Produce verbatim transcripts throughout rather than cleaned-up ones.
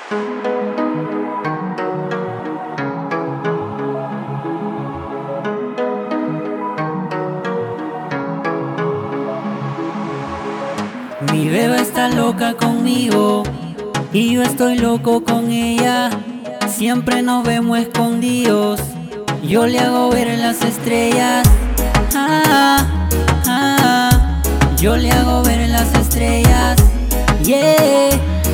Mi beba está loca conmigo y yo estoy loco con ella. Siempre nos vemos escondidos, yo le hago ver las estrellas. Ah, ah, yo le hago ver las estrellas. Yeah,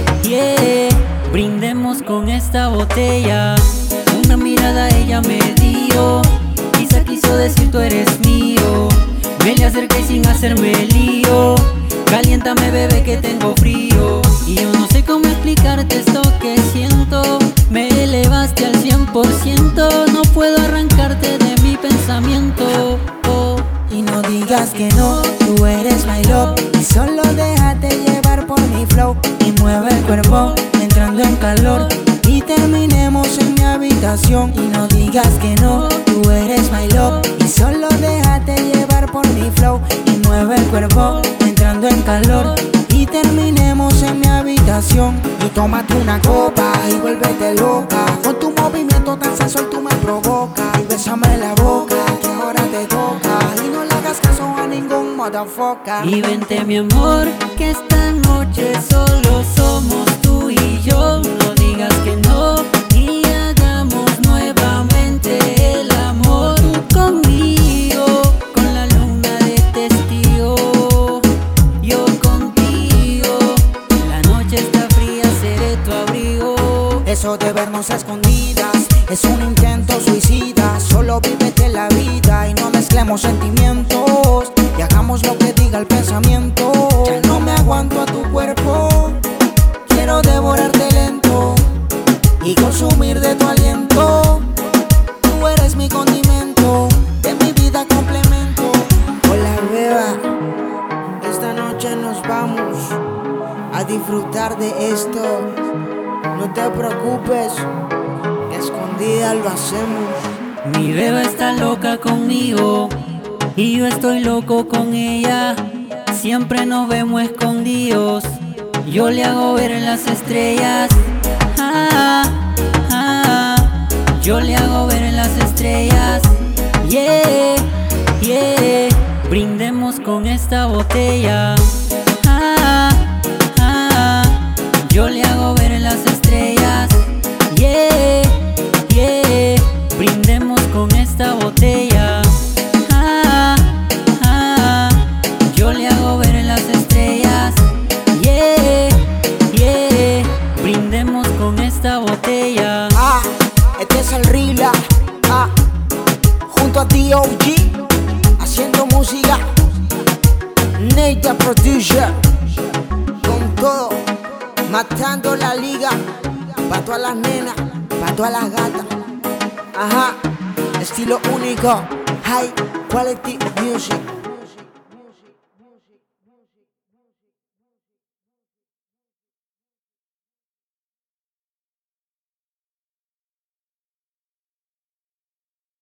yeah. Brindemos con esta botella. Una mirada ella me dio, quizá quiso decir tú eres mío. Me le acerqué sin hacerme lío. Caliéntame, bebé, que tengo frío. Y yo no sé cómo explicarte esto que siento. Me elevaste al cien por ciento. No puedo arrancarte de mi pensamiento. Oh. Y no digas que no, tú eres my love. Y solo déjate llevar por mi flow. Y mueve el cuerpo, entrando en calor. Y terminemos en mi habitación. Y no digas que no, tú eres my love. Y solo déjate llevar por mi flow. Y mueve el cuerpo, entrando en calor. Y terminemos en mi habitación. Y tómate una copa y vuélvete loca. Con tu movimiento tan sensual tú me provocas. Y bésame la boca, que ahora te toca. Y no le hagas caso a ningún motherfucker. Y vente, mi amor, que esta noche solo somos tú y yo. No digas que no y hagamos nuevamente el amor. Tú conmigo, con la luna de testigo. Yo contigo, la noche está fría, seré tu abrigo. Eso de vernos a escondidas es un intento suicida. Solo vívete la vida y no mezclemos sentimientos. Y hagamos lo que diga el pensamiento. Ya no me aguanto a tu cuerpo. Quiero devorarte lento y consumir de tu aliento. Tú eres mi condimento, de mi vida complemento. Hola, beba, esta noche nos vamos a disfrutar de esto. No te preocupes, que a escondidas lo hacemos. Mi beba está loca conmigo y yo estoy loco con ella. Siempre nos vemos escondidos, yo le hago ver las estrellas. Ah, ah, yo le hago ver las estrellas. Yeah, yeah. Brindemos con esta botella. Ah, ah, yo le hago ver las estrellas. Yeah, yeah. Brindemos con esta botella. Ah, ah, yo le hago ver las estrellas. Yeah, yeah. Brindemos con esta botella. Ah, este es el Rila. Ah, junto a D O G, haciendo música. Nate the Producer, con todo, matando la liga. Pa' todas las nenas, pa' todas las gatas. Ajá, estilo único, high quality music.